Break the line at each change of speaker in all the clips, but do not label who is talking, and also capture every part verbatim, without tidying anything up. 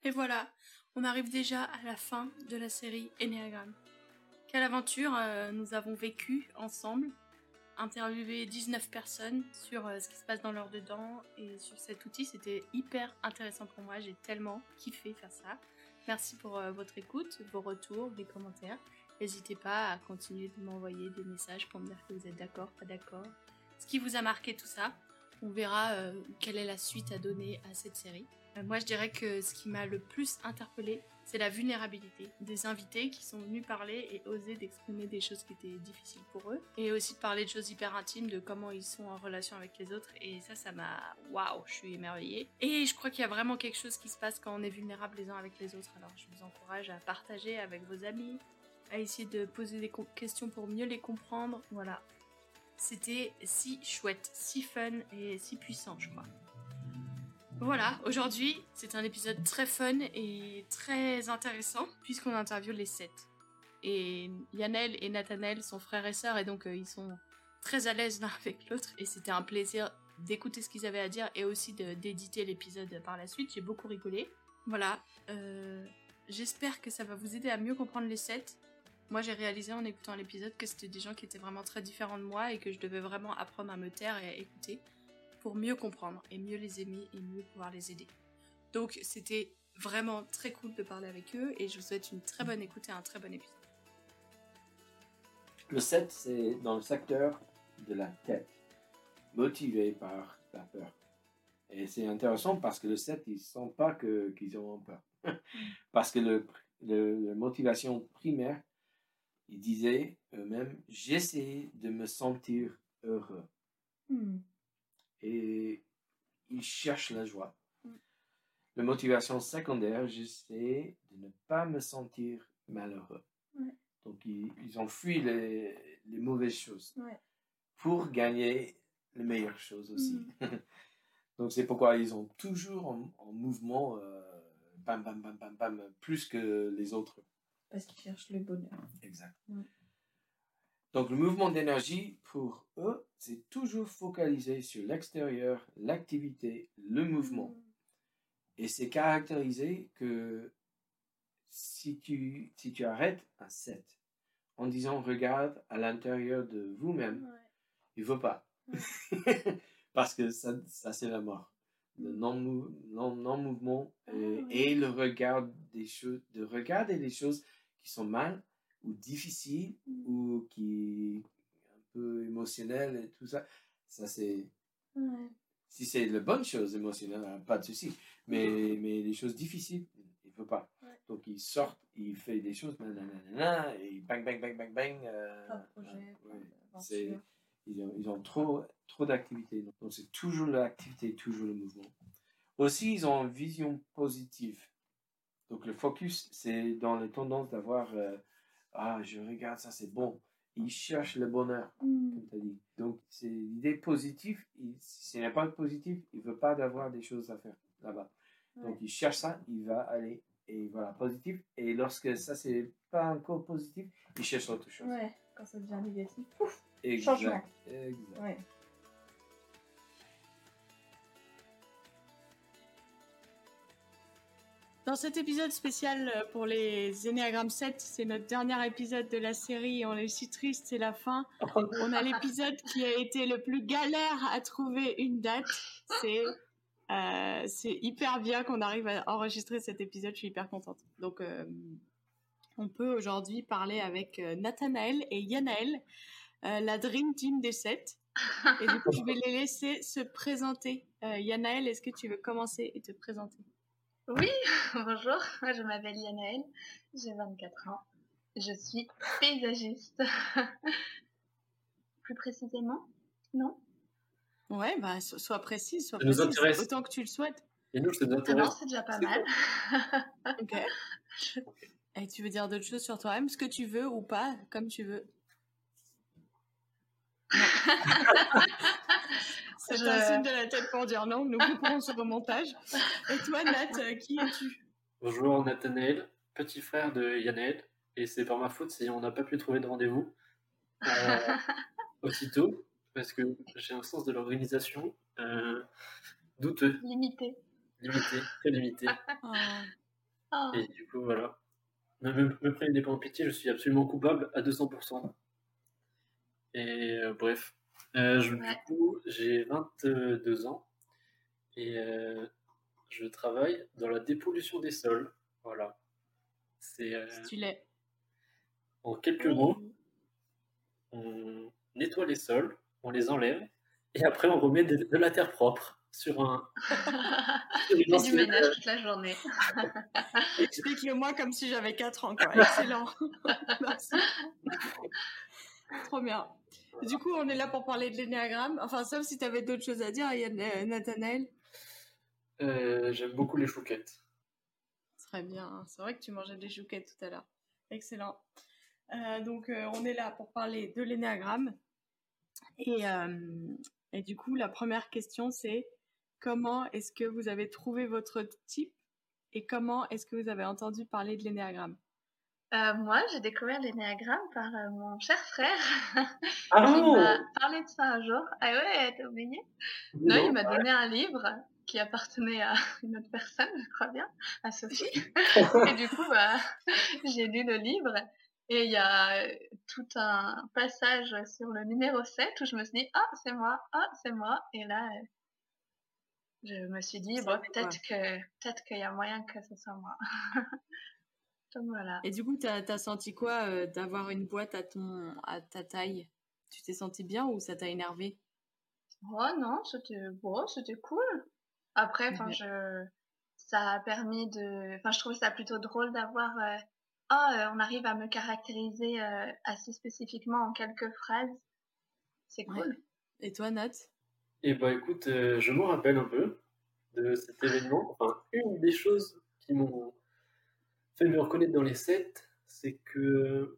Et voilà, on arrive déjà à la fin de la série Enneagram. Quelle aventure euh, nous avons vécue ensemble, interviewé dix-neuf personnes sur euh, ce qui se passe dans leur dedans et sur cet outil. C'était hyper intéressant pour moi, j'ai tellement kiffé faire ça. Merci pour euh, votre écoute, vos retours, des commentaires. N'hésitez pas à continuer de m'envoyer des messages pour me dire que vous êtes d'accord, pas d'accord. Ce qui vous a marqué, tout ça. On verra euh, quelle est la suite à donner à cette série. Euh, moi, je dirais que ce qui m'a le plus interpellée, c'est la vulnérabilité des invités qui sont venus parler et oser d'exprimer des choses qui étaient difficiles pour eux. Et aussi de parler de choses hyper intimes, de comment ils sont en relation avec les autres. Et ça, ça m'a... Waouh, je suis émerveillée. Et je crois qu'il y a vraiment quelque chose qui se passe quand on est vulnérable les uns avec les autres. Alors, je vous encourage à partager avec vos amis, à essayer de poser des questions pour mieux les comprendre. Voilà. C'était si chouette, si fun et si puissant, je crois. Voilà, aujourd'hui, c'est un épisode très fun et très intéressant, puisqu'on interviewe les sept. Et Yannel et Nathanaël sont frères et sœurs, et donc euh, ils sont très à l'aise l'un avec l'autre. Et c'était un plaisir d'écouter ce qu'ils avaient à dire, et aussi de, d'éditer l'épisode par la suite. J'ai beaucoup rigolé. Voilà, euh, j'espère que ça va vous aider à mieux comprendre les sept. Moi, j'ai réalisé en écoutant l'épisode que c'était des gens qui étaient vraiment très différents de moi, et que je devais vraiment apprendre à me taire et à écouter, pour mieux comprendre et mieux les aimer et mieux pouvoir les aider. Donc c'était vraiment très cool de parler avec eux et je vous souhaite une très bonne écoute et un très bon épisode.
Le sept, c'est dans le secteur de la tête, motivé par la peur. Et c'est intéressant parce que le sept, ils ne sentent pas que, qu'ils ont peur. Parce que le, le, la motivation primaire, ils disaient eux-mêmes, j'essaie de me sentir heureux. Mm. Et ils cherchent la joie. Mm. La motivation secondaire, j'essaie de ne pas me sentir malheureux. Ouais. Donc, ils, ils ont fui les, les mauvaises choses, ouais, pour gagner les meilleures choses aussi. Mm. Donc, c'est pourquoi ils ont toujours en, en mouvement, euh, bam, bam, bam, bam, bam, plus que les autres.
Parce qu'ils cherchent le bonheur.
Exact. Ouais. Donc, le mouvement d'énergie, pour eux, c'est toujours focalisé sur l'extérieur, l'activité, le mouvement. Mm. Et c'est caractérisé que si tu, si tu arrêtes un sept en disant « regarde à l'intérieur de vous-même », ouais, il ne veut pas. Ouais. Parce que ça, ça, c'est la mort. Le non-mouvement non, non et, ah, ouais, et le regard des choses, de regarder des choses qui sont mal ou difficiles, mm, ou qui un peu émotionnelles et tout ça, ça c'est... Ouais. Si c'est la bonne chose émotionnelle, pas de souci. Mais, mm, mais les choses difficiles, il ne veut pas. Ouais. Donc il sort, il fait des choses, nanana, et bang, bang, bang, bang, bang. Euh, pas de projet, euh, ouais, c'est, ils, ont, ils ont trop, trop d'activités. Donc c'est toujours l'activité, toujours le mouvement. Aussi, ils ont une vision positive. Donc le focus, c'est dans les tendances d'avoir euh, ah, je regarde ça, c'est bon. Ils cherchent le bonheur, mm, comme tu as dit. Donc c'est l'idée positive. Il, s'il n'est pas positif, il ne veut pas d'avoir des choses à faire là-bas. Ouais. Donc il cherche ça, il va aller, et voilà, positif. Et lorsque ça, c'est pas encore positif, il cherche autre chose.
Ouais, quand ça devient négatif, pouf,
exact,
changement.
Exact.
Ouais.
Dans cet épisode spécial pour les Enneagram sept, c'est notre dernier épisode de la série et on est si triste, c'est la fin. On a l'épisode qui a été le plus galère à trouver une date. C'est, euh, c'est hyper bien qu'on arrive à enregistrer cet épisode, je suis hyper contente. Donc, euh, on peut aujourd'hui parler avec Nathanaël et Yannel, euh, la Dream Team des sept. Et du coup, je vais les laisser se présenter. Euh, Yannel, est-ce que tu veux commencer et te présenter ?
Oui, bonjour, je m'appelle Yannel, j'ai vingt-quatre ans, je suis paysagiste. Plus précisément, non ?
Ouais, bah, so- sois précise, sois
Ça nous
précise,
intéresse.
autant que tu le souhaites.
Et nous, ça nous
Ah
intéresse.
non, c'est déjà pas mal.
Ok. Et tu veux dire d'autres choses sur toi-même, ce que tu veux ou pas, comme tu veux. C'est je... un signe de la tête pour dire non, nous couperons sur le montage. Et toi, Nat, qui es-tu ?
Bonjour, Nathanaël, petit frère de Yannel, et c'est par ma faute si on n'a pas pu trouver de rendez-vous euh, aussitôt, parce que j'ai un sens de l'organisation euh, douteux.
Limité.
Limité, très limité.
Oh.
Oh.
Et du coup, voilà. Ne me, me prenez pas en pitié, je suis absolument coupable à deux cents pour cent. Et euh, bref. Euh, je- Du
Ouais.
coup, j'ai vingt-deux ans et euh, je travaille dans la dépollution des sols. Voilà. C'est euh,
Stylé.
en quelques
Oui.
mots, on nettoie les sols, on les enlève et après on remet de, de la terre propre sur un sur une
Fais du
ancienne.
ménage toute la journée.
Explique-le-moi comme si j'avais quatre ans, quoi. Excellent. Merci. Trop bien. Du coup, on est là pour parler de l'énéagramme. Enfin, sauf si tu avais d'autres choses à dire, Yann, euh, Nathanaël.
Euh, j'aime beaucoup les chouquettes.
Très bien. C'est vrai que tu mangeais des chouquettes tout à l'heure. Excellent. Euh, donc, euh, on est là pour parler de l'énéagramme. Et, euh, et du coup, la première question, c'est comment est-ce que vous avez trouvé votre type et comment est-ce que vous avez entendu parler de l'énéagramme?
Euh, moi, j'ai découvert l'énéagramme par euh, mon cher frère
Ah
qui
non
m'a parlé de ça un jour. Ah ouais, t'as oublié? Non, il m'a donné un livre qui appartenait à une autre personne, je crois bien, à Sophie. Et du coup, bah, j'ai lu le livre et il y a euh, tout un passage sur le numéro sept où je me suis dit, ah, c'est moi, ah, c'est moi. Et là, euh, je me suis dit,
Ça
bon,
fait quoi?
peut-être que, peut-être qu'il y a moyen que ce soit moi. Donc voilà.
Et du coup, t'as, t'as senti quoi euh, d'avoir une boîte à ton, à ta taille? Tu t'es senti bien ou ça t'a énervé?
Oh non, c'était bon, c'était cool. Après, enfin,
Ouais.
je, ça a permis de, enfin, je trouvais ça plutôt drôle d'avoir, euh, ah, euh, on arrive à me caractériser euh, assez spécifiquement en quelques phrases. C'est
Ouais.
cool.
Et toi, Nat?
Et bah écoute, euh, je me rappelle un peu de cet événement. Enfin, une des choses qui m'ont fait me reconnaître dans les sets, c'est que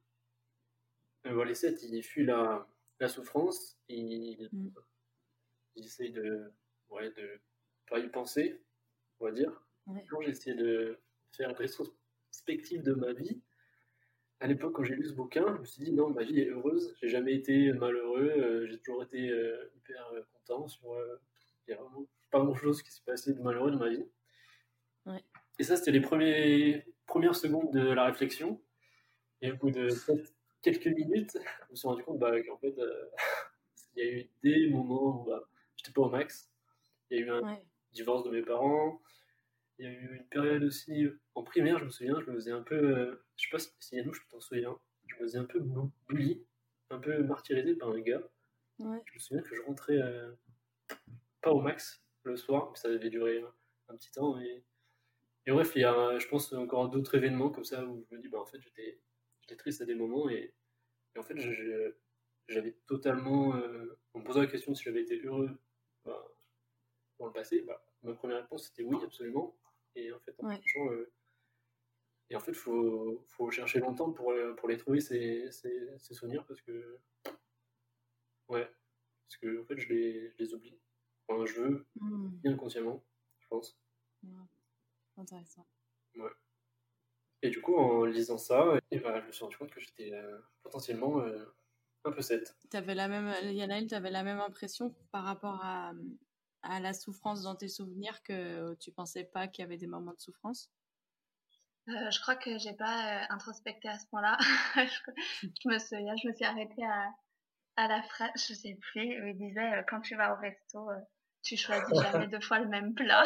euh, bon, les sets, ils fuient la, la souffrance, ils,
Mm.
ils essayent de, ouais, de pas y penser, on va dire.
Ouais.
Quand j'ai essayé de faire une rétrospective de ma vie, à l'époque, quand j'ai lu ce bouquin, je me suis dit non, ma vie est heureuse, j'ai jamais été malheureux, euh, j'ai toujours été euh, hyper euh, content sur. euh, Il y a vraiment pas grand chose qui s'est passé de malheureux dans ma vie.
Ouais.
Et ça, c'était les premiers, premières secondes de la réflexion. Et au bout de peut-être quelques minutes, je me suis rendu compte bah, qu'en fait, euh, il y a eu des moments où bah, j'étais pas au max. Il y a eu un
Ouais.
divorce de mes parents. Il y a eu une période aussi en primaire, je me souviens, je me faisais un peu. Euh, je sais pas si Yannou, je t'en souviens. Je me faisais un peu bully, un peu martyrisé par un gars.
Ouais.
Je me souviens que je rentrais euh, pas au max le soir, mais ça devait durer un, un petit temps. Et, et bref, il y a, je pense, encore d'autres événements comme ça où je me dis, bah en fait, j'étais, j'étais triste à des moments et, et en fait, je, je, j'avais totalement. Euh, en me posant la question si j'avais été heureux bah, dans le passé, bah, ma première réponse c'était oui, absolument. Et en fait, en
Ouais.
cherchant, euh, et en fait, faut, faut chercher longtemps pour, euh, pour les trouver ces, ces, ces souvenirs parce que, ouais, parce que en fait, je les, je les oublie. Enfin, je veux
Mm.
inconsciemment, je pense.
Ouais. Intéressant.
Ouais. Et du coup, en lisant ça, et bah, je me suis rendu compte que j'étais euh, potentiellement euh, un peu sept.
T'avais la même, Yanaël, t'avais la même impression par rapport à, à la souffrance dans tes souvenirs que tu pensais pas qu'il y avait des moments de souffrance?
Euh, je crois que j'ai pas euh, introspecté à ce point-là. je, je me souviens, je me suis arrêtée à, à la phrase, je sais plus, où il disait euh, quand tu vas au resto, euh, tu choisis jamais deux fois le même plat.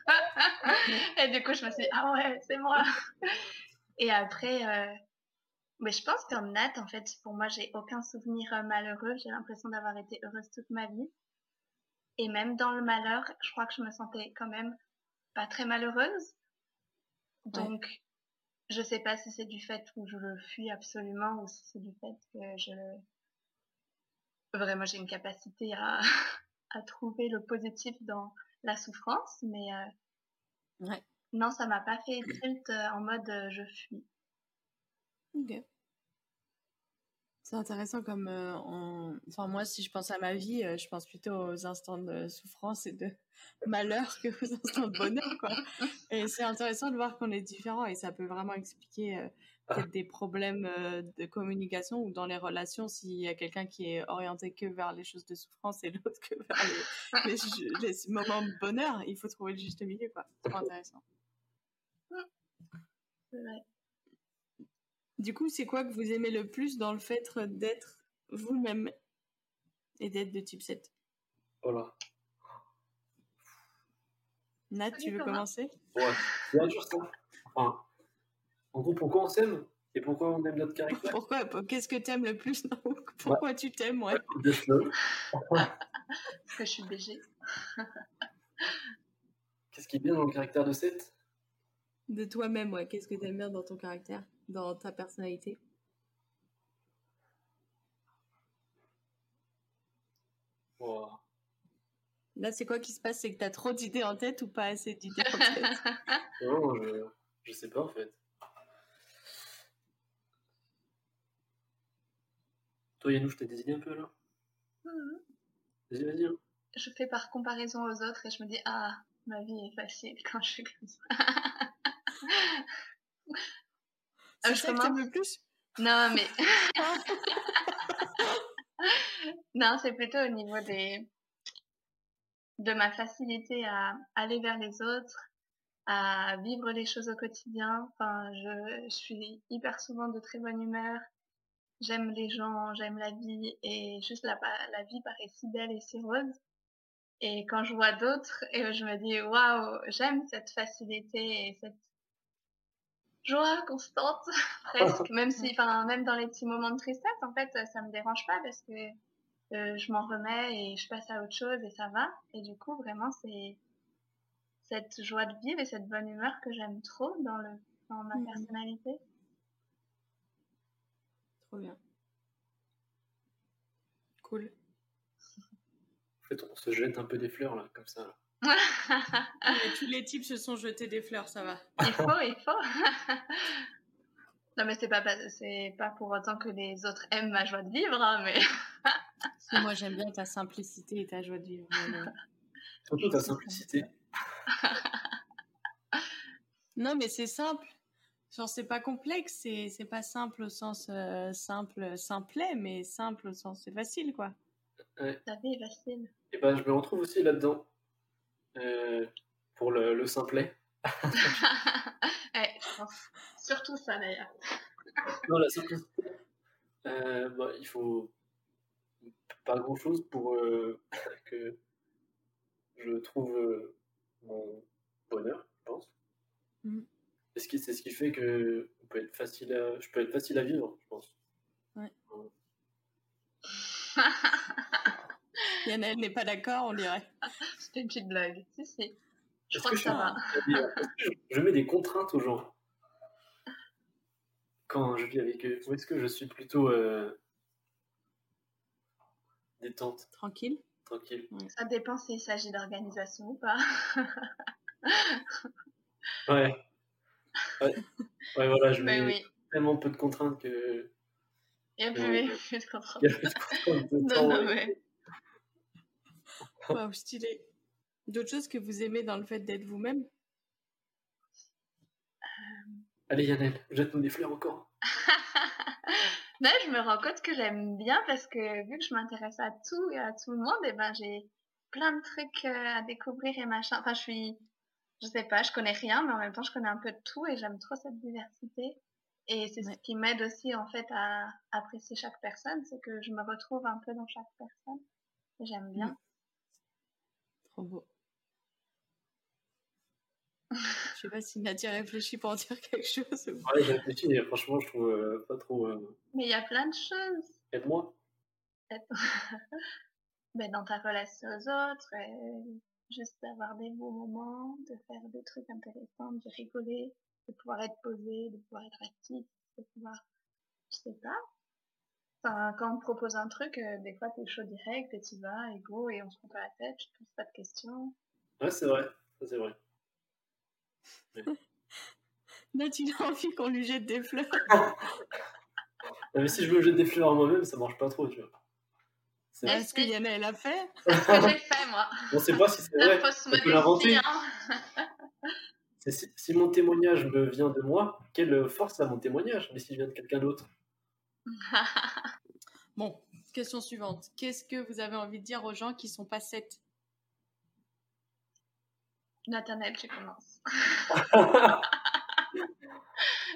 Et du coup, je me suis dit, ah ouais, c'est moi. Et après, euh, mais je pense comme Nat, en fait, pour moi, j'ai aucun souvenir euh, malheureux. J'ai l'impression d'avoir été heureuse toute ma vie. Et même dans le malheur, je crois que je me sentais quand même pas très malheureuse. Donc, ouais. Je sais pas si c'est du fait où je le fuis absolument ou si c'est du fait que je... Vraiment, j'ai une capacité à, à trouver le positif dans la souffrance, mais euh,
Ouais.
non, ça m'a pas fait tilt euh, en mode euh, je fuis.
Ok. C'est intéressant comme euh, on... enfin moi si je pense à ma vie euh, je pense plutôt aux instants de souffrance et de malheur que aux instants de bonheur quoi. Et c'est intéressant de voir qu'on est différents et ça peut vraiment expliquer euh, peut-être des problèmes euh, de communication ou dans les relations s'il y a quelqu'un qui est orienté que vers les choses de souffrance et l'autre que vers les, les, les moments de bonheur, il faut trouver le juste milieu quoi. C'est trop intéressant.
C'est vrai.
Du coup, c'est quoi que vous aimez le plus dans le fait d'être vous-même et d'être de type sept?
Voilà.
Nat,
Salut,
tu veux
Thomas.
commencer?
Ouais, c'est dur ça. Enfin, en gros, pourquoi on s'aime et pourquoi on aime notre caractère?
Pourquoi? Qu'est-ce que t'aimes le plus? Non, pourquoi tu t'aimes, ouais.
Deathloop.
Parce que je suis B G.
Qu'est-ce qui est bien dans le caractère de Seth?
De toi-même, ouais. Qu'est-ce que t'aimes bien dans ton caractère, dans ta personnalité?
Wow.
Là, c'est quoi qui se passe? C'est que t'as trop d'idées en tête ou pas assez d'idées en tête?
Non, je... je sais pas en fait. Toi, Yannou, t'as des idées un peu là?
Mhm.
Vas-y, vas-y. Hein.
Je fais par comparaison aux autres et je me dis, ah, ma vie est facile quand je fais comme ça.
C'est
Ah, je
ça que
commence.
t'aimes le plus?
Non, mais. Non, c'est plutôt au niveau des... de ma facilité à aller vers les autres, à vivre les choses au quotidien. Enfin, je, je suis hyper souvent de très bonne humeur. J'aime les gens, j'aime la vie et juste la, la vie paraît si belle et si rose. Et quand je vois d'autres, et je me dis waouh, j'aime cette facilité et cette joie constante, presque. Même si, enfin, même dans les petits moments de tristesse, en fait, ça me dérange pas parce que euh, je m'en remets et je passe à autre chose et ça va. Et du coup, vraiment, c'est cette joie de vivre et cette bonne humeur que j'aime trop dans le dans ma
Mhm.
personnalité.
Trop bien. Cool.
En fait, on se jette un peu des fleurs là, comme ça. Là.
Mais tous les types se sont jetés des fleurs, ça va.
Il faut, il faut. Non, mais c'est pas, c'est pas pour autant que les autres aiment ma joie de vivre, hein, mais.
Si, moi, j'aime bien ta simplicité et ta joie de vivre. Mais...
Surtout ta simplicité.
Non, mais c'est simple. Genre, c'est pas complexe, c'est, c'est pas simple au sens euh, simple, simplet, mais simple au sens c'est facile, quoi.
Ouais.
Ta vie est facile.
Et ben, je me retrouve aussi là-dedans. Euh, pour le, le simplet.
Ouais, je pense surtout ça d'ailleurs.
Non, la simplicité, euh, bah, il faut pas grand-chose pour euh, que je trouve euh, mon bonheur, je pense.
Mm.
Et ce qui, c'est ce qui fait que on peut être facile à, je peux être facile à vivre, je pense.
Ouais. Yana, elle n'est pas d'accord, on dirait.
C'était une petite blague. Si, si. Je
Est-ce
crois
que,
que,
je,
ça va.
est-ce que je, je mets des contraintes aux gens quand je vis avec eux? Ou est-ce que je suis plutôt euh, détente,
Tranquille.
tranquille?
Ouais.
Ça dépend s'il s'agit d'organisation ou pas.
Ouais. Ouais. Ouais, voilà, je
Mais
mets
oui.
tellement peu de contraintes que.
Il n'y a plus,
Ouais.
plus de contraintes.
Il y a plus de contraintes de
Non,
temps.
non,
et-
mais.
Waouh, stylé. D'autres choses que vous aimez dans le fait d'être vous-même?
Allez, Yannel, jette-nous des fleurs encore.
Là, je me rends compte que j'aime bien parce que vu que je m'intéresse à tout et à tout le monde, et ben j'ai plein de trucs euh, à découvrir et machin. Enfin, je suis, je sais pas, je connais rien, mais en même temps, je connais un peu de tout et j'aime trop cette diversité. Et c'est
Ouais.
ce qui m'aide aussi en fait à apprécier chaque personne, c'est que je me retrouve un peu dans chaque personne. Et j'aime bien.
Mm. Trop beau. Je sais pas si Nadia réfléchit pour dire quelque chose. Ou...
Ouais, j'ai réfléchi et franchement, je trouve euh, pas trop. Euh...
Mais il y a plein de choses.
Aide-moi.
Ben, dans ta relation aux autres, euh, juste d'avoir des beaux moments, de faire des trucs intéressants, de rigoler, de pouvoir être posé, de pouvoir être actif, de pouvoir, je sais pas. Enfin, quand on te propose un truc, euh, des fois t'es chaud direct et tu vas, et go, et on se prend pas la tête, je te pose pas de questions.
Ouais, c'est vrai. Ça, c'est vrai.
Nat, il a envie qu'on lui jette des fleurs.
Non, mais si je me jette des fleurs à moi-même, ça marche pas trop, tu vois. C'est...
Est-ce que Yana, elle a fait?
C'est ce que j'ai fait, moi.
On sait pas si c'est
La
vrai.
fausse
On peut l'inventer.
modestie, hein.
C'est si, si mon témoignage me vient de moi, quelle force a mon témoignage? Mais s'il vient de quelqu'un d'autre?
Bon, question suivante. Qu'est-ce que vous avez envie de dire aux gens qui sont pas sept?
Nathanaël, tu commences.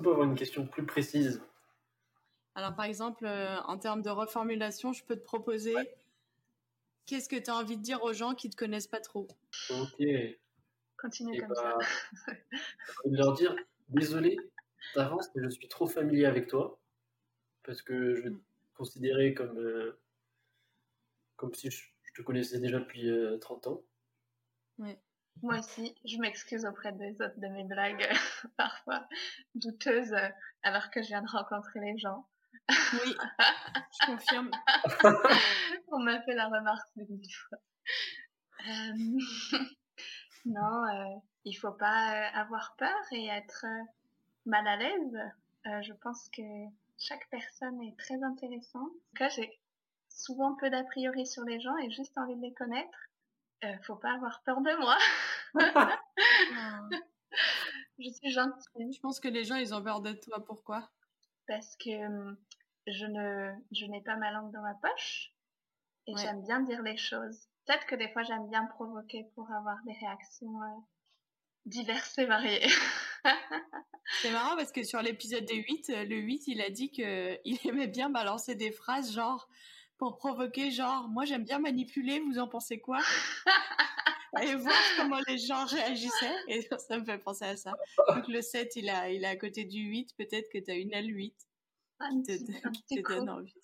qu'on peut avoir une question plus précise?
Alors, par exemple, euh, en termes de reformulation, je peux te proposer
Ouais.
qu'est-ce que tu as envie de dire aux gens qui te connaissent pas trop?
Ok. Et
Continue comme
bah,
ça.
je vais leur dire, désolé d'avance, mais je suis trop familier avec toi, parce que je vais te considérer comme, euh, comme si je, je te connaissais déjà depuis euh, trente ans.
Ouais.
Moi aussi, je m'excuse auprès des autres de mes blagues, parfois douteuses, euh, alors que je viens de rencontrer les gens.
Oui, je confirme.
On m'a fait la remarque plus d'une fois. Euh, non, euh, il faut pas euh, avoir peur et être euh, mal à l'aise. Euh, je pense que chaque personne est très intéressante. En tout cas, j'ai souvent peu d'a priori sur les gens et juste envie de les connaître. Euh, faut pas avoir peur de moi.
Ah.
Je suis gentille
Je pense que les gens, ils ont peur de toi. Pourquoi?
parce que euh, je ne, je n'ai pas ma langue dans ma poche et
Ouais.
j'aime bien dire les choses. Peut-être que des fois j'aime bien provoquer pour avoir des réactions euh, diverses et variées.
C'est marrant parce que sur l'épisode des huit, euh, le huit, il a dit qu'il aimait bien balancer des phrases genre pour provoquer, genre moi j'aime bien manipuler, vous en pensez quoi? Et voir comment les gens réagissaient. Et ça me fait penser à ça. Donc le sept, il, a, il est à côté du huit, peut-être que tu as une aile huit
un
qui te,
petit, un
qui
petit
te donne
coup.
envie.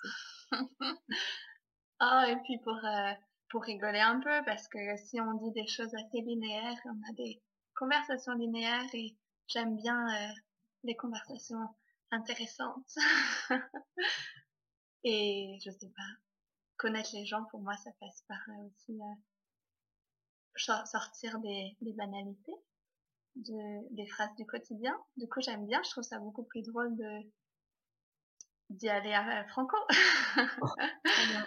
Ah, et puis pour, euh, pour rigoler un peu, parce que si on dit des choses assez linéaires, on a des conversations linéaires et j'aime bien euh, les conversations intéressantes. Et je sais pas, connaître les gens, pour moi, ça passe par euh, aussi euh, sor- sortir des, des banalités, de, des phrases du quotidien. Du coup, j'aime bien, je trouve ça beaucoup plus drôle de d'y aller à, à franco.
Très bien.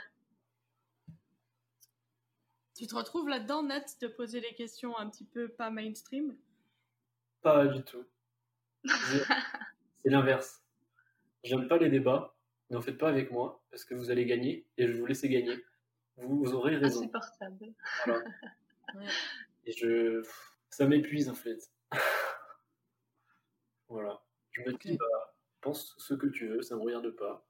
Tu te retrouves là-dedans, Nat, de poser des questions un petit peu pas mainstream?
Pas du tout. Je- C'est l'inverse. J'aime pas les débats, n'en faites pas avec moi, parce que vous allez gagner, et je vais vous laisser gagner. Vous, vous aurez raison.
Insupportable.
Voilà.
Ouais.
Et je... Ça m'épuise, en fait. Voilà. Je me
Ok.
dis, bah, pense ce que tu veux, ça me regarde pas.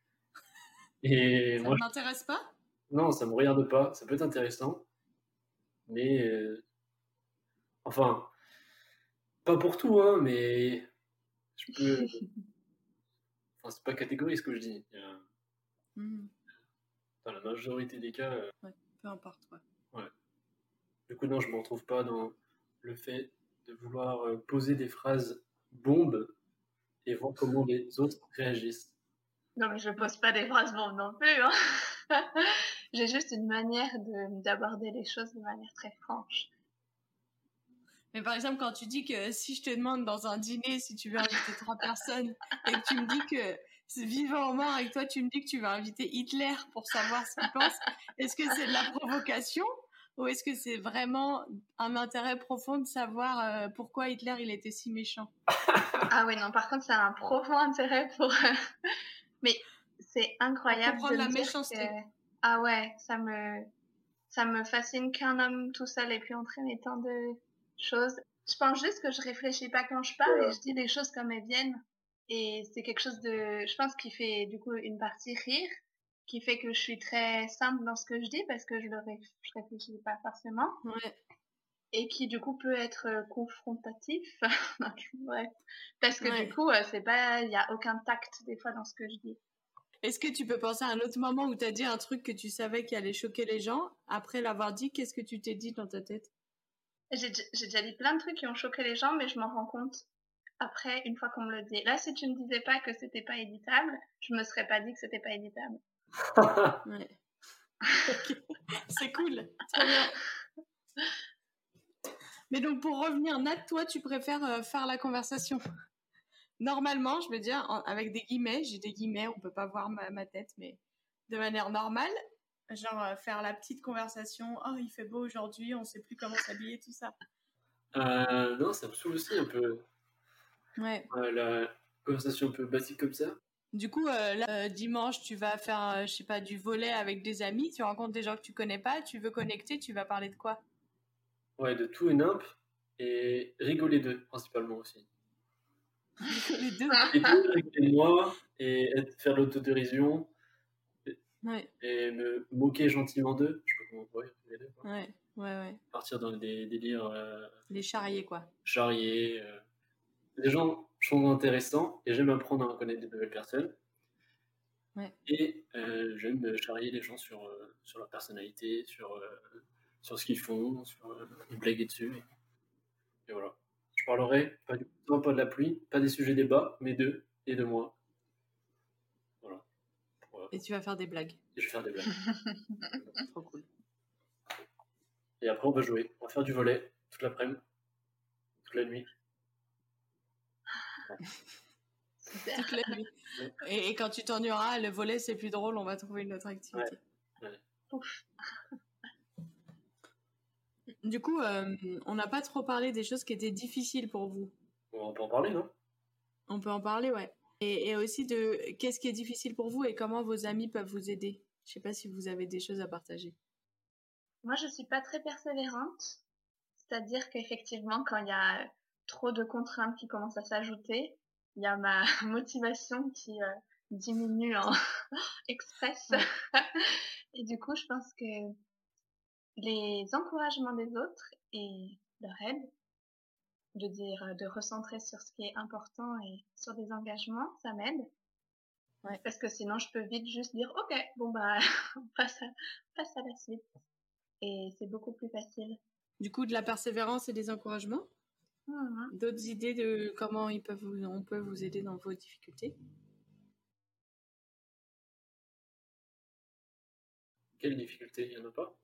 Et
Ça
moi,
ne
je-
m'intéresse pas?
non, ça me regarde pas. Ça peut être intéressant, mais... euh, Enfin, pas pour tout, hein, mais... Je peux... Enfin, c'est pas catégorique ce que je dis. Il y a-
Mhm.
Dans la majorité des cas, euh,
Ouais, peu importe. Ouais.
ouais. Du coup, non, je me retrouve pas dans le fait de vouloir euh, poser des phrases bombes et voir comment les autres réagissent.
Non, mais je pose pas des phrases bombes non plus. Hein. J'ai juste une manière de, d'aborder les choses de manière très franche.
Mais par exemple, quand tu dis que si je te demande dans un dîner si tu veux inviter trois personnes et que tu me dis que c'est vivant ou mort avec toi, tu me dis que tu vas inviter Hitler pour savoir ce qu'il pense, est-ce que c'est de la provocation ou est-ce que c'est vraiment un intérêt profond de savoir euh, pourquoi Hitler il était si méchant?
Ah oui, non, par contre, ça a un profond intérêt pour... mais c'est
Pour
incroyable de
comprendre la
me dire
méchanceté.
que... Ah ouais, ça me, ça me fascine qu'un homme tout seul ait pu entraîner tant de choses. Je pense juste que je réfléchis pas quand je parle et je dis les choses comme elles viennent. Et c'est quelque chose de, je pense, qui fait du coup une partie rire, qui fait que je suis très simple dans ce que je dis parce que je le ré- je réfléchis pas forcément
Ouais.
et qui du coup peut être euh, confrontatif. Donc, ouais. Parce que
Ouais.
du coup, euh, c'est pas, il y a aucun tact des fois dans ce que je dis.
Est-ce que tu peux penser à un autre moment où tu as dit un truc que tu savais qui allait choquer les gens? Après l'avoir dit, qu'est-ce que tu t'es dit dans ta tête?
J'ai j'ai déjà dit plein de trucs qui ont choqué les gens, mais je m'en rends compte après, une fois qu'on me le dit. Là, si tu me disais pas que c'était pas éditable, je me serais pas dit que c'était pas éditable.
Ouais. Ok. C'est cool. Très bien. Mais donc, pour revenir, Nat, toi, tu préfères euh, faire la conversation. Normalement, je veux dire, en- avec des guillemets, j'ai des guillemets, on peut pas voir ma, ma tête, mais de manière normale, genre euh, faire la petite conversation. Oh, il fait beau aujourd'hui, on sait plus comment s'habiller, tout ça.
Euh, non, ça me saoule aussi un peu.
Ouais.
Euh, la conversation un peu basique comme ça.
Du coup, euh, là, euh, dimanche, tu vas faire, euh, je sais pas, du volley avec des amis, tu rencontres des gens que tu connais pas, tu veux connecter, tu vas parler de quoi?
Ouais, de tout et nimp. Et rigoler d'eux, principalement aussi.
Les deux.
Les deux, rigoler de moi et être, faire de l'autodérision
Ouais,
et me moquer gentiment d'eux. Je sais pas comment on pourrait les deux, quoi.
ouais, ouais, ouais.
Partir dans des délires euh,
Les charriers, quoi.
charriers. euh. Les gens sont intéressants et j'aime apprendre à connaître de nouvelles personnes.
Ouais.
Et euh, j'aime charrier les gens sur, euh, sur leur personnalité, sur, euh, sur ce qu'ils font, sur euh, les blaguer dessus. Et, et voilà. Je parlerai pas du temps, pas de la pluie, pas des sujets débats, mais d'eux et de moi. Voilà. Pour, euh,
Et tu vas faire des blagues.
et je vais faire des blagues.
Trop cool.
Et après, on va jouer. On va faire du volley toute l'après-midi, toute la nuit.
Super.
Toute la nuit.
Ouais.
Et, et quand tu t'ennuieras, le volet, c'est plus drôle, on va trouver une autre activité.
Ouais.
Ouf.
Du coup, euh, on n'a pas trop parlé des choses qui étaient difficiles pour vous.
On peut en parler, non?
On peut en parler, ouais. Et, et aussi de qu'est-ce qui est difficile pour vous et comment vos amis peuvent vous aider. Je sais pas si vous avez des choses à partager.
Moi, je suis pas très persévérante. C'est-à-dire qu'effectivement, quand il y a trop de contraintes qui commencent à s'ajouter, il y a ma motivation qui euh, diminue en express.
Ouais.
Et du coup, je pense que les encouragements des autres et leur aide, de dire, euh, de recentrer sur ce qui est important et sur des engagements, ça m'aide.
Ouais.
Parce que sinon, je peux vite juste dire, ok, bon bah, on passe à, on passe à la suite. Et c'est beaucoup plus facile.
Du coup, de la persévérance et des encouragements.
Mhm.
D'autres idées de comment ils peuvent vous, on peut vous aider dans vos difficultés.
Quelle difficulté? Il n'y en a pas?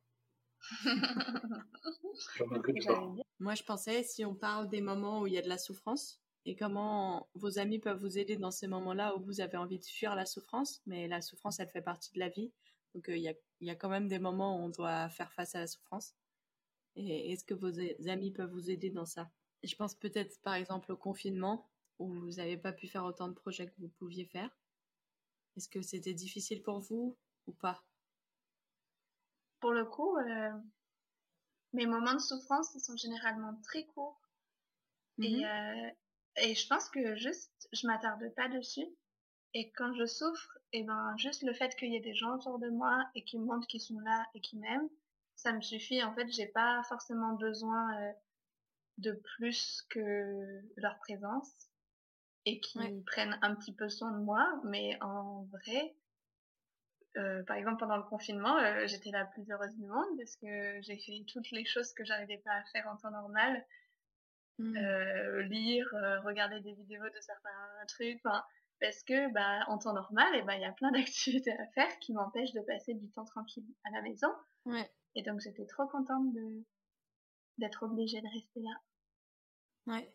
J'en
C'est ce
que
que
tu
j'allais
parles.
dire.
Moi, je pensais si on parle des moments où il y a de la souffrance et comment vos amis peuvent vous aider dans ces moments-là où vous avez envie de fuir la souffrance, mais la souffrance, elle fait partie de la vie. Donc, euh, il y a, il y a quand même des moments où on doit faire face à la souffrance. Et est-ce que vos a- amis peuvent vous aider dans ça? Je pense peut-être, par exemple, au confinement, où vous n'avez pas pu faire autant de projets que vous pouviez faire. Est-ce que c'était difficile pour vous ou pas?
Pour le coup, euh, mes moments de souffrance, ils sont généralement très courts. Et,
Mhm.
euh, et je pense que juste, je m'attarde pas dessus. Et quand je souffre, et ben, juste le fait qu'il y ait des gens autour de moi et qui me montrent qu'ils sont là et qui m'aiment, ça me suffit. En fait, j'ai pas forcément besoin euh, de plus que leur présence et qui
Ouais.
prennent un petit peu soin de moi. Mais en vrai, euh, par exemple, pendant le confinement, euh, j'étais la plus heureuse du monde parce que j'ai fait toutes les choses que j'arrivais pas à faire en temps normal.
Mhm.
Euh, lire, euh, regarder des vidéos de certains trucs, enfin, parce que bah, en temps normal, et bah, il y a plein d'activités à faire qui m'empêchent de passer du temps tranquille à la maison.
Ouais.
Et donc j'étais trop contente de d'être obligée de rester là.
Ouais.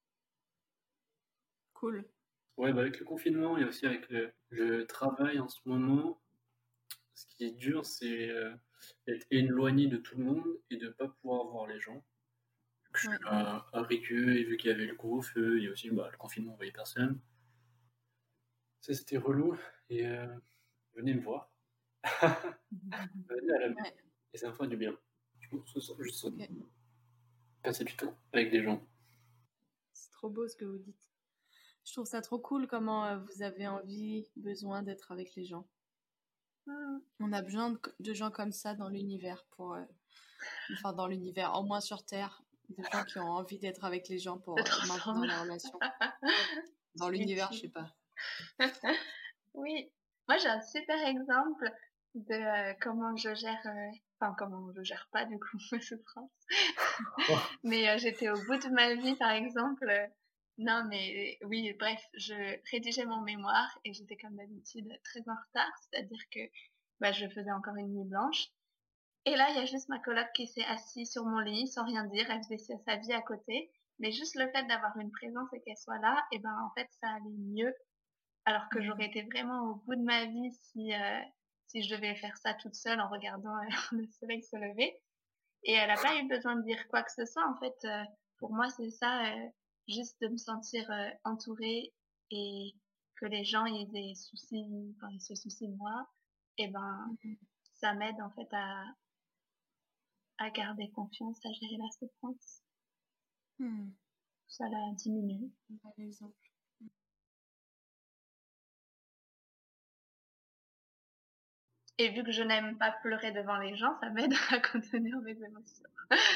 Cool.
Ouais, bah avec le confinement et aussi avec le, le travail en ce moment, ce qui est dur, c'est euh, d'être éloigné de tout le monde et de ne pas pouvoir voir les gens. Je suis
Ouais.
à, à Riqueux et vu qu'il y avait le couvre-feu, il y a aussi bah, le confinement, on voyait personne. Ça, c'était relou. Et euh, venez me voir. Venez à la maison.
Ouais.
Et ça me fait du bien. Je pense que ça, juste ça.
Ok.
Passer du temps avec des gens.
C'est trop beau ce que vous dites. Je trouve ça trop cool comment euh, vous avez envie, besoin d'être avec les gens.
Mmh.
On a besoin de, de gens comme ça dans l'univers pour, euh, enfin dans l'univers, au moins sur Terre, de gens qui ont envie d'être avec les gens pour
D'être
euh, maintenir
ensemble.
la relation. Dans
C'est
l'univers, je sais
utile.
pas.
Oui, moi j'ai un super exemple de euh, comment je gère, euh, enfin comment je gère pas du coup ma souffrance. Mais euh, j'étais au bout de ma vie par exemple. euh, non mais oui, bref, je rédigeais mon mémoire et j'étais comme d'habitude très en retard, c'est-à-dire que bah, je faisais encore une nuit blanche. Et là, il y a juste ma coloc qui s'est assise sur mon lit sans rien dire, elle faisait sa vie à côté. Mais juste le fait d'avoir une présence et qu'elle soit là, et ben en fait ça allait mieux alors que j'aurais été vraiment au bout de ma vie si, euh, si je devais faire ça toute seule en regardant euh, le soleil se lever. Et elle n'a pas eu besoin de dire quoi que ce soit. En fait, euh, pour moi, c'est ça, euh, juste de me sentir euh, entourée et que les gens aient des soucis, enfin, ils se soucient de moi. Et ben, ça m'aide en fait à, à garder confiance, à gérer la souffrance.
Hmm.
Ça la diminue.
Bon exemple.
Et vu que je n'aime pas pleurer devant les gens, ça m'aide à contenir mes émotions.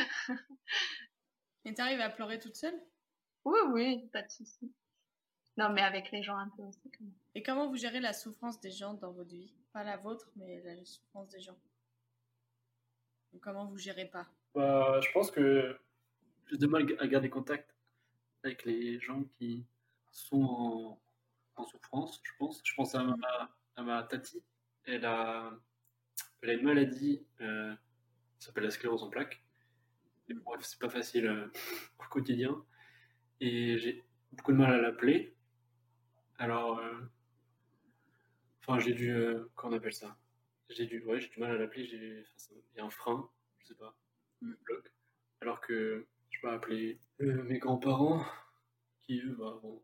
Et t'arrives à pleurer toute seule?
Oui, oui, pas de souci. Non, mais avec les gens un peu aussi. Quand même.
Et comment vous gérez la souffrance des gens dans votre vie? Pas la vôtre, mais la souffrance des gens. Donc, comment vous gérez pas?
Bah, je pense que j'ai de mal à garder contact avec les gens qui sont en, en souffrance, je pense. Je pense à ma, à ma tati. Elle a, elle a une maladie euh, qui s'appelle la sclérose en plaques. Et bref, c'est pas facile euh, au quotidien. Et j'ai beaucoup de mal à l'appeler. Alors, euh, enfin, j'ai dû. Euh, comment on appelle ça? J'ai dû. Ouais, j'ai du mal à l'appeler. j'ai- enfin, ça- Il y a un frein, je sais pas,
Mm.
le bloc. Alors que je peux appeler euh, mes grands-parents, qui eux, bah, bon,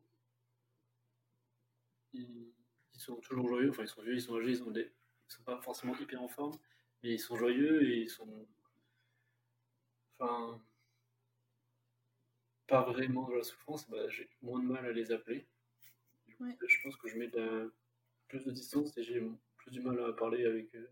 ils, ils sont toujours joyeux. Enfin, ils sont vieux, ils sont âgés, ils sont, des, ils sont pas forcément hyper en forme, mais ils sont joyeux et ils sont. Enfin, pas vraiment dans la souffrance. Bah, j'ai moins de mal à les appeler. Du coup,
Ouais.
je pense que je mets de la- plus de distance et j'ai plus du mal à parler avec eux.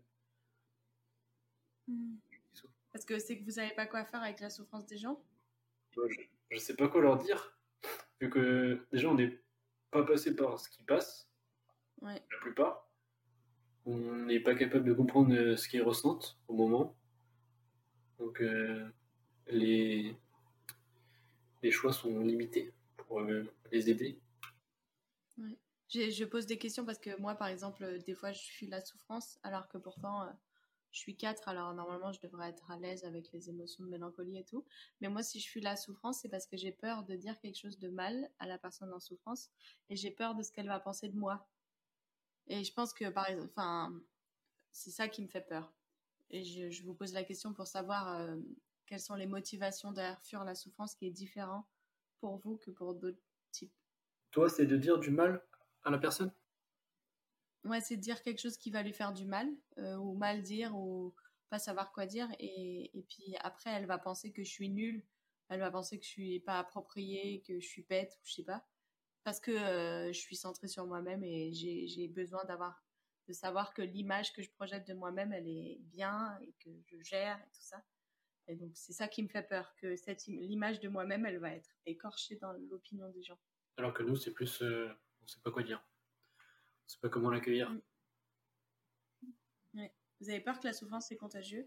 Mm. Parce que c'est que vous savez pas quoi faire avec la souffrance des gens?
Moi, je, je sais pas quoi leur dire, vu que déjà on n'est pas passé par ce qui passe,
Ouais.
la plupart. On n'est pas capable de comprendre euh, ce qu'ils ressentent au moment. Donc euh, les, les choix sont limités pour euh, les aider.
Ouais. J'ai- Je pose des questions parce que moi, par exemple, euh, des fois, je fuis la souffrance, alors que pourtant, euh, je suis quatre, alors normalement, je devrais être à l'aise avec les émotions de mélancolie et tout. Mais moi, si je fuis la souffrance, c'est parce que j'ai peur de dire quelque chose de mal à la personne en souffrance et j'ai peur de ce qu'elle va penser de moi. Et je pense que, par exemple, enfin, c'est ça qui me fait peur. Et je, je vous pose la question pour savoir euh, quelles sont les motivations derrière fuir la souffrance qui est différent pour vous que pour d'autres types.
Toi, c'est de dire du mal à la personne?
Ouais, c'est de dire quelque chose qui va lui faire du mal, euh, ou mal dire, ou pas savoir quoi dire. Et, et puis après, elle va penser que je suis nulle, elle va penser que je suis pas appropriée, que je suis bête, ou je sais pas. Parce que euh, je suis centrée sur moi-même et j'ai, j'ai besoin d'avoir, de savoir que l'image que je projette de moi-même, elle est bien et que je gère et tout ça. Et donc, c'est ça qui me fait peur, que cette, im- l'image de moi-même, elle va être écorchée dans l'opinion des gens.
Alors que nous, c'est plus. Euh, on sait pas quoi dire. On sait pas comment l'accueillir.
Mm. Ouais. Vous avez peur que la souffrance, c'est contagieux?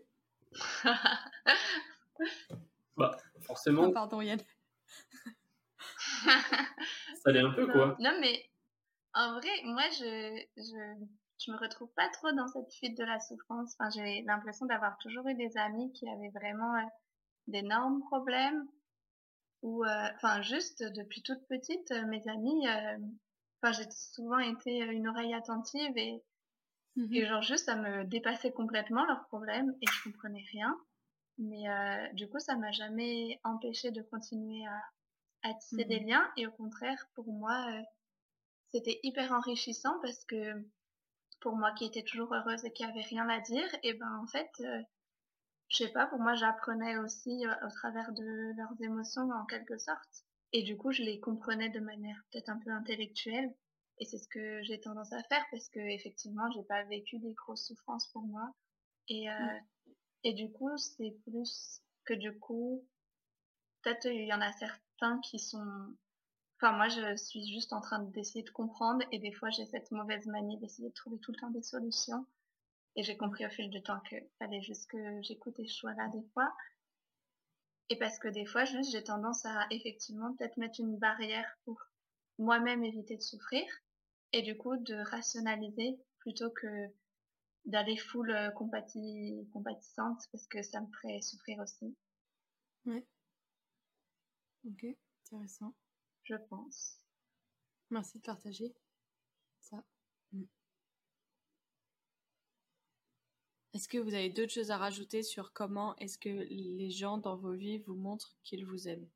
Bah,
Ah,
forcément,
pardon, Yann.
ça l'est un peu,
non,
quoi.
non, mais en vrai, moi, je, je, je me retrouve pas trop dans cette fuite de la souffrance. Enfin, j'ai l'impression d'avoir toujours eu des amis qui avaient vraiment euh, d'énormes problèmes. Ou, euh, enfin, juste depuis toute petite, euh, mes amis, euh, enfin, j'ai souvent été euh, une oreille attentive et, et genre juste, ça me dépassait complètement leurs problèmes et je comprenais rien. Mais euh, du coup, ça m'a jamais empêché de continuer à, à tisser des
Mhm.
liens. Et au contraire, pour moi, euh, c'était hyper enrichissant parce que pour moi qui étais toujours heureuse et qui avait rien à dire, et ben en fait, euh, je sais pas, pour moi j'apprenais aussi euh, au travers de leurs émotions en quelque sorte. Et du coup, je les comprenais de manière peut-être un peu intellectuelle. Et c'est ce que j'ai tendance à faire parce que effectivement, j'ai pas vécu des grosses souffrances pour moi. Et,
Mm.
euh, et du coup, c'est plus que du coup, peut-être il y en a certains qui sont. Enfin, moi, je suis juste en train d'essayer de comprendre et des fois, j'ai cette mauvaise manie d'essayer de trouver tout le temps des solutions. Et j'ai compris au fil du temps qu'il fallait juste que j'écoute ces choix-là des fois. Et parce que des fois, juste, j'ai tendance à effectivement peut-être mettre une barrière pour moi-même éviter de souffrir et du coup de rationaliser plutôt que d'aller full euh, compati- compatissante parce que ça me ferait souffrir aussi,
Ouais. Ok, intéressant.
je pense.
Merci de partager ça. Mm. Est-ce que vous avez d'autres choses à rajouter sur comment est-ce que les gens dans vos vies vous montrent qu'ils vous aiment?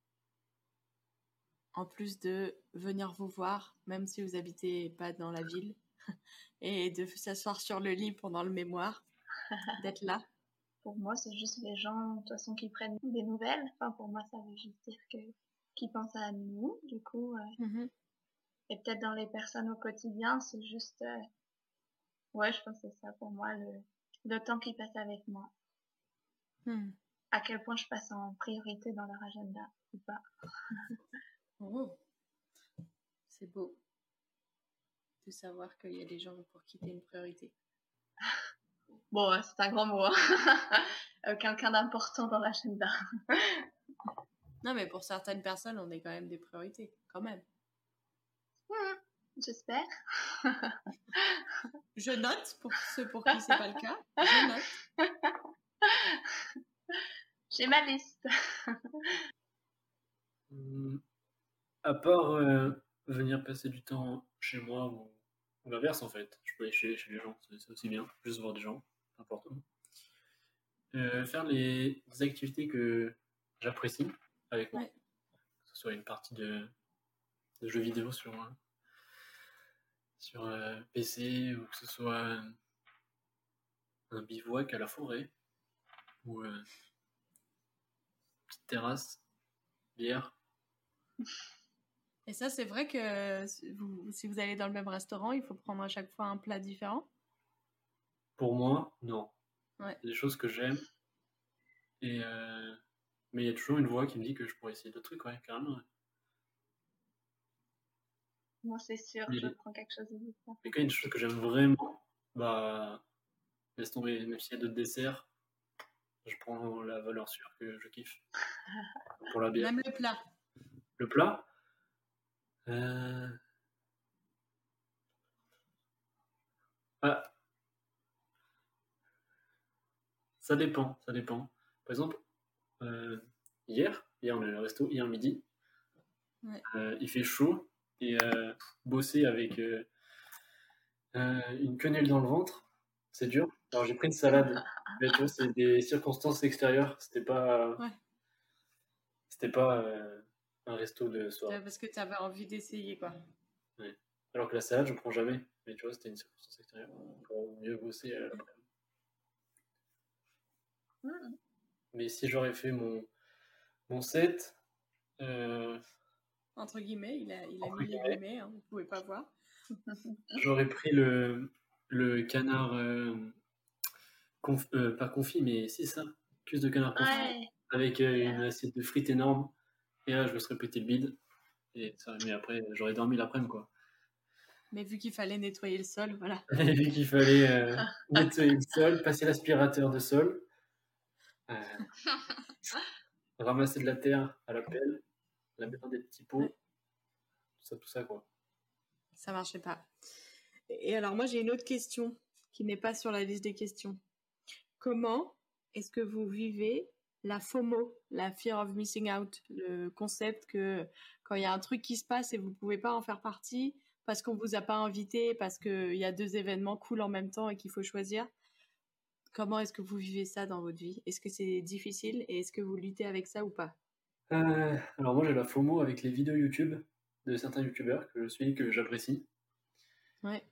En plus de venir vous voir, même si vous habitez pas dans la ville, et de s'asseoir sur le lit pendant le mémoire, d'être là.
Pour moi, c'est juste les gens, de toute façon, qui prennent des nouvelles. Enfin, pour moi, ça veut juste dire que qui pensent à nous, du coup. Euh,
Mhm.
et peut-être dans les personnes au quotidien, c'est juste, euh, Ouais, je pense que c'est ça pour moi, le, le temps qu'ils passent avec moi.
Hmm.
À quel point je passe en priorité dans leur agenda ou pas.
Oh, c'est beau de savoir qu'il y a des gens pour qui t'es une priorité.
Bon, ouais, c'est un grand mot. Hein. Euh, Quelqu'un d'important dans l'agenda.
Non, mais pour certaines personnes, on est quand même des priorités, quand même.
Hmm, J'espère.
Je note pour ceux pour qui c'est pas le cas. Je note.
J'ai ma liste.
Hum, À part euh, venir passer du temps chez moi ou, ou l'inverse en fait, je peux aller chez, chez les gens, c'est c'est aussi bien, juste voir des gens, c'est important. Euh, faire les, les activités que j'apprécie avec moi,
Ouais.
que ce soit une partie de, de jeux vidéo sur, euh, sur euh, P C ou que ce soit euh, un bivouac à la forêt ou euh, une petite terrasse, bière.
Et ça, c'est vrai que si vous, si vous allez dans le même restaurant, il faut prendre à chaque fois un plat différent.
Pour moi, non.
Ouais.
C'est des choses que j'aime. Et euh, mais il y a toujours une voix qui me dit que je pourrais essayer d'autres trucs, ouais, carrément. Ouais.
Moi, c'est sûr,
Mais,
je prends quelque chose de différent.
mais quand il y a des choses que j'aime vraiment, bah, laisse tomber, même s'il y a d'autres desserts, je prends la valeur sûre que je kiffe. Pour la bière.
Même le plat.
Le plat euh... ah, ça dépend, ça dépend. Par exemple, euh, hier, hier on est au resto, hier midi,
Ouais.
euh, il fait chaud et euh, bosser avec euh, euh, une quenelle dans le ventre, c'est dur. Alors j'ai pris une salade, mais tu vois, c'est des circonstances extérieures, c'était pas,
Ouais.
c'était pas euh, un resto de soirée.
Parce que tu avais envie d'essayer, quoi.
Ouais. Alors que la salade, je prends jamais, mais tu vois, c'était une circonstance extérieure pour mieux bosser euh, après.
Hmm.
Mais si j'aurais fait mon, mon set, euh,
Entre guillemets, il a, il a
Entre
mis les
guillemets.
guillemets, hein, vous pouvez pas voir.
j'aurais pris le, le canard, euh, conf- euh, pas confit, mais c'est ça, cuisse de canard confit,
Ouais.
avec euh, une assiette de frites énorme. Et là, je me serais pété le bide. Et ça, mais après, j'aurais dormi l'après-midi, quoi.
Mais vu qu'il fallait nettoyer le sol, voilà.
Et vu qu'il fallait euh, nettoyer le sol, passer l'aspirateur de sol, euh, ramasser de la terre à la pelle, la mettre dans des petits pots,
Ouais.
tout ça, tout ça, quoi.
Ça marchait pas. Et alors moi j'ai une autre question qui n'est pas sur la liste des questions. Comment est-ce que vous vivez la FOMO, la Fear of Missing Out, le concept que quand il y a un truc qui se passe et vous pouvez pas en faire partie parce qu'on vous a pas invité, parce qu'il y a deux événements cool en même temps et qu'il faut choisir, comment est-ce que vous vivez ça dans votre vie? Est-ce que c'est difficile et est-ce que vous luttez avec ça ou pas?
Euh, alors moi, j'ai la FOMO avec les vidéos YouTube de certains YouTubeurs que je suis, que j'apprécie.
Ouais.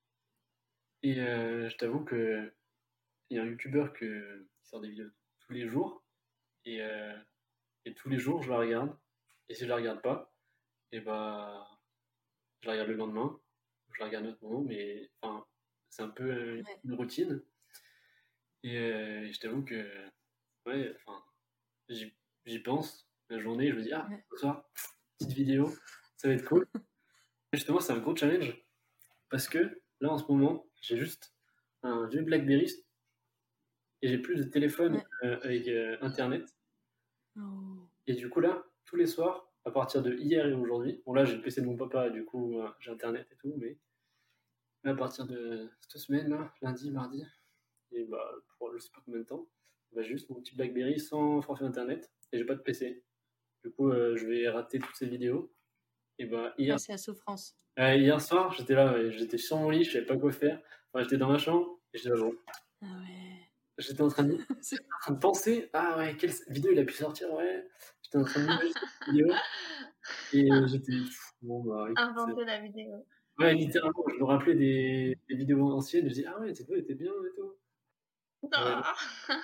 Et euh, je t'avoue que il y a un YouTuber que, qui sort des vidéos tous les jours. Et, euh, et tous les jours, je la regarde. Et si je la regarde pas, et bah, je la regarde le lendemain. Je la regarde un autre moment, mais enfin, c'est un peu euh,
Ouais.
une routine. Et euh, je t'avoue que, ouais, enfin, j'y, j'y pense la journée. Je me dis, ah,
Ouais.
ce soir, petite vidéo, ça va être cool. Et justement, c'est un gros challenge parce que là, en ce moment, j'ai juste un vieux Blackberry et j'ai plus de téléphone
Ouais.
euh, avec euh, Internet.
Oh.
Et du coup, là, tous les soirs, à partir de hier et aujourd'hui, bon, là, j'ai le P C de mon papa, du coup, euh, j'ai Internet et tout, mais à partir de cette semaine, là, lundi, mardi, et bah, pour je sais pas combien de temps, bah, j'ai juste mon petit Blackberry sans forfait Internet et j'ai pas de P C. Du coup, euh, je vais rater toutes ces vidéos. Et bah, hier,
Ouais, c'est la souffrance.
euh, hier soir, j'étais là, ouais, j'étais sur mon lit, je savais pas quoi faire. Enfin, j'étais dans ma chambre et j'étais là, bon,
Ah ouais.
j'étais en train de,
C'est-
en train de penser, ah ouais, quelle vidéo il a pu sortir, ouais. J'étais en train de m'imaginer cette vidéo et j'étais, pff, bon, bah, écoute, c'est-
Inventer la vidéo.
ouais, littéralement, je me rappelais des, des vidéos anciennes, je me disais, ah ouais, cette vidéo était bien et tout. Ouais,
Ah.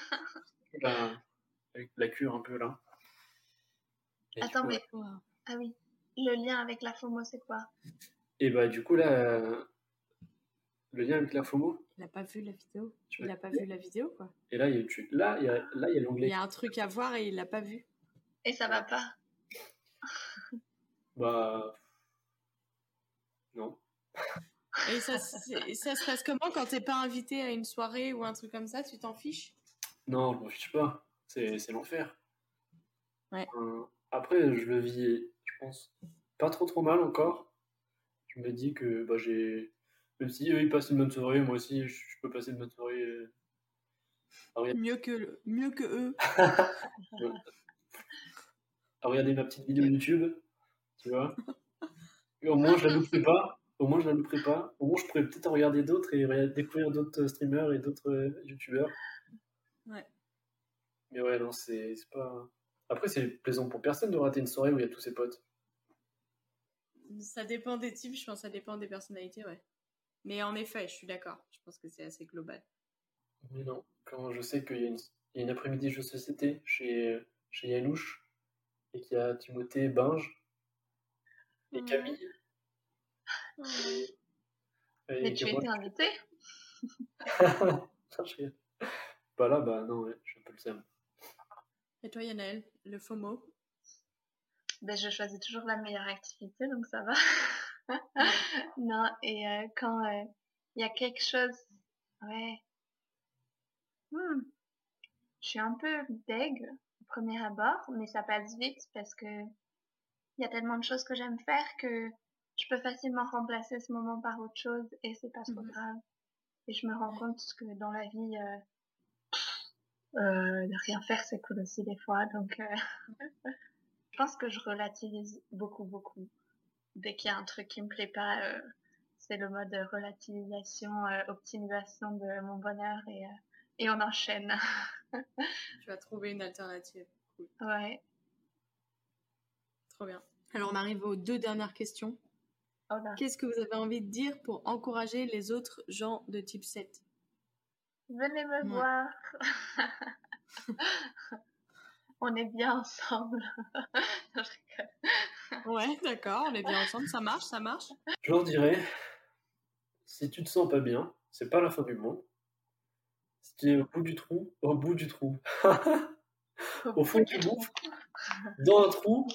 la, avec la cure un peu là. Et du
Attends,
coup, ouais.
mais. Ah oui. Le lien avec la FOMO, c'est quoi?
Et bah, du coup, là, euh, Le lien avec la FOMO.
Il a pas vu la vidéo.
Tu
Il
veux-
a pas vu la vidéo, quoi.
Et là, il y a, tu- là, il y a, là, il y a
Il
l'onglet.
y a un truc à voir et il l'a pas vu.
Et ça va pas.
Bah. Non.
Et ça, c'est- ça se passe comment quand t'es pas invité à une soirée ou un truc comme ça? Tu t'en fiches?
Non, je m'en fiche pas. C'est, c'est l'enfer.
Ouais.
Euh, après, je le vis, je pense, pas trop trop mal encore. Je me dis que bah, j'ai. Même si eux ils passent une bonne soirée, moi aussi je, je peux passer une bonne soirée. euh, À regarder,
Mieux que, le- mieux que eux.
à regarder ma petite vidéo YouTube, tu vois. Et au moins je la louperai pas. Au moins je la louperai pas. Au moins je pourrais peut-être en regarder d'autres et regarder- découvrir d'autres euh, streamers et d'autres euh, YouTubeurs.
Ouais.
Mais ouais, non, c'est c'est pas. Après, c'est plaisant pour personne de rater une soirée où il y a tous ses potes.
Ça dépend des types, je pense que ça dépend des personnalités, ouais. Mais en effet, je suis d'accord. Je pense que c'est assez global.
Mais non, quand je sais qu'il y a une, il y a une après-midi jeu de société chez, chez Yanouche et qu'il y a Timothée, Binge et Camille.
Ouais.
Et
Mais
que
tu
moi,
étais invité?
Non, je rigole. Bah là, bah non, ouais, je suis un peu le seum.
Et toi, Yanaël, le FOMO?
Ben, je choisis toujours la meilleure activité, donc ça va. Non, et euh, quand euh, il y a quelque chose, ouais, hmm, je suis un peu deg au premier abord, mais ça passe vite parce que il y a tellement de choses que j'aime faire que je peux facilement remplacer ce moment par autre chose et c'est pas trop
Mhm.
grave. Et je me rends compte que dans la vie, euh, euh, de rien faire, c'est cool aussi des fois. Donc, euh, je pense que je relativise beaucoup, beaucoup. Dès qu'il y a un truc qui me plaît pas, euh, c'est le mode relativisation, euh, optimisation de mon bonheur et, euh, et on enchaîne.
Tu as trouvé une alternative. Cool.
Ouais.
Trop bien. Alors, on arrive aux deux dernières questions.
Oh là.
Qu'est-ce que vous avez envie de dire pour encourager les autres gens de type sept?
Venez me
Ouais.
voir. On est bien ensemble. Je rigole.
Ouais, d'accord, on est bien ensemble, ça marche, ça marche.
Je leur dirais, si tu te sens pas bien, c'est pas la fin du monde. Si tu es au bout du trou, au bout du trou, au fond du gouffre, dans un trou,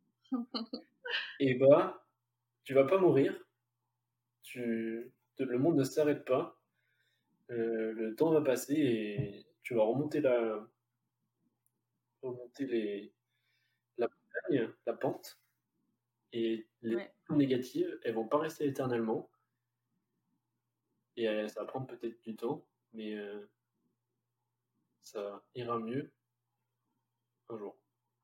et bah, tu vas pas mourir. Tu, le monde ne s'arrête pas. Euh, le temps va passer et tu vas remonter la, remonter les, la montagne, la pente, et les
Ouais.
émotions négatives, elles vont pas rester éternellement. Et euh, ça va prendre peut-être du temps, mais euh, ça ira mieux un jour.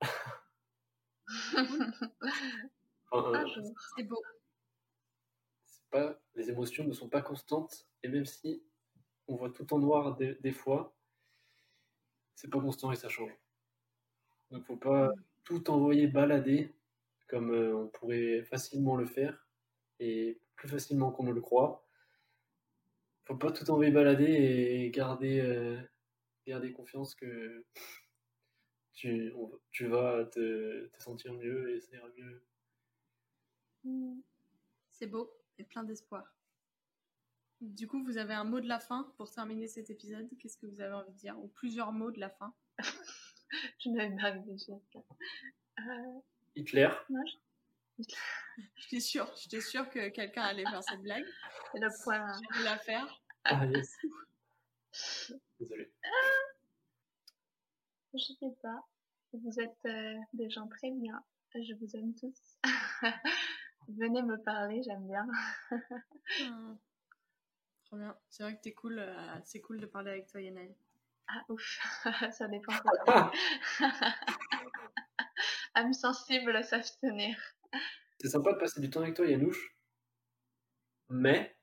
Enfin,
Un
euh,
jour.
C'est beau.
c'est pas, les émotions ne sont pas constantes, et même si on voit tout en noir des, des fois, c'est pas constant et ça change. Donc faut pas
Mm.
tout envoyer balader comme euh, on pourrait facilement le faire, et plus facilement qu'on ne le croit. Faut pas tout envoyer balader et garder, euh, garder confiance que tu, on- tu vas te, te sentir mieux et ça ira mieux.
C'est beau et plein d'espoir. Du coup, vous avez un mot de la fin pour terminer cet épisode. Qu'est-ce que vous avez envie de dire? Ou plusieurs mots de la fin.
Je n'avais pas réfléchi à ça. Euh,
Hitler,
non, je-
J'étais sûre, j'étais sûre que quelqu'un allait faire cette blague.
c'est le point.
J'allais la faire.
ah yes, désolé.
Je sais pas. Vous êtes euh, des gens très bien. Je vous aime tous. Venez me parler, j'aime bien.
Hmm. Trop bien. C'est vrai que t'es cool. euh, c'est cool de parler avec toi, Yanaël.
Ah ouf, ça dépend pourquoi. Âme sensible, s'abstenir.
C'est sympa de passer du temps avec toi, Yanouche, mais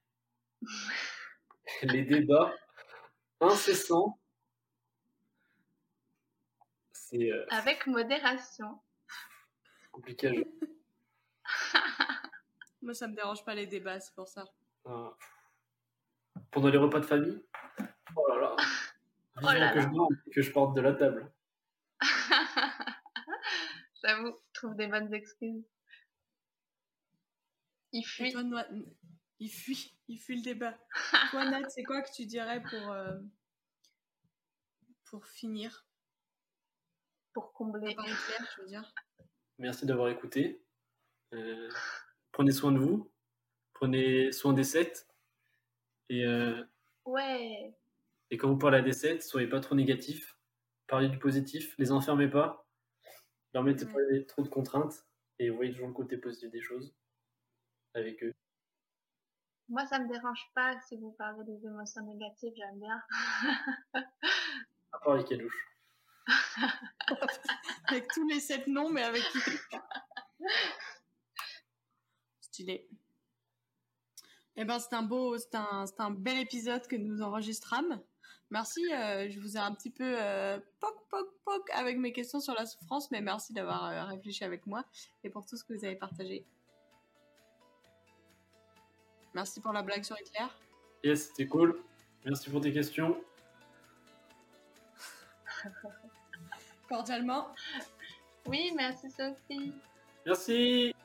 les débats incessants, c'est euh,
Avec modération.
compliqué à gérer.
Moi, ça me dérange pas les débats, c'est pour ça.
Ah, pendant les repas de famille, oh là là,
Oh
vivement
là
que,
là.
je dorme et que je parte de la table.
J'avoue, je trouve des bonnes excuses. Il
Et
fuit.
toi, Noa- Il fuit, il fuit le débat. Toi, Nat, c'est quoi que tu dirais pour, euh, pour finir?
Pour combler.
À part Hitler, je veux dire.
Merci d'avoir écouté. Euh, prenez soin de vous. Prenez soin des sept. Et, euh,
Ouais.
et quand vous parlez à des sept, soyez pas trop négatifs. Parlez du positif. Les enfermez pas. Leur mettez
Ouais.
pas trop de contraintes. Et voyez toujours le côté positif des choses avec eux.
Moi, ça me dérange pas si vous parlez des émotions négatives, j'aime bien.
À part avec Yadouche.
Avec tous les sept noms, mais avec qui? Stylé. Eh ben, c'est un beau, c'est un, c'est un bel épisode que nous enregistrâmes. Merci, euh, je vous ai un petit peu euh, poc, poc, poc avec mes questions sur la souffrance, mais merci d'avoir euh, réfléchi avec moi et pour tout ce que vous avez partagé. Merci pour la blague sur Hitler.
Yes, c'était cool. Merci pour tes questions.
Cordialement.
Oui, merci Sophie.
Merci.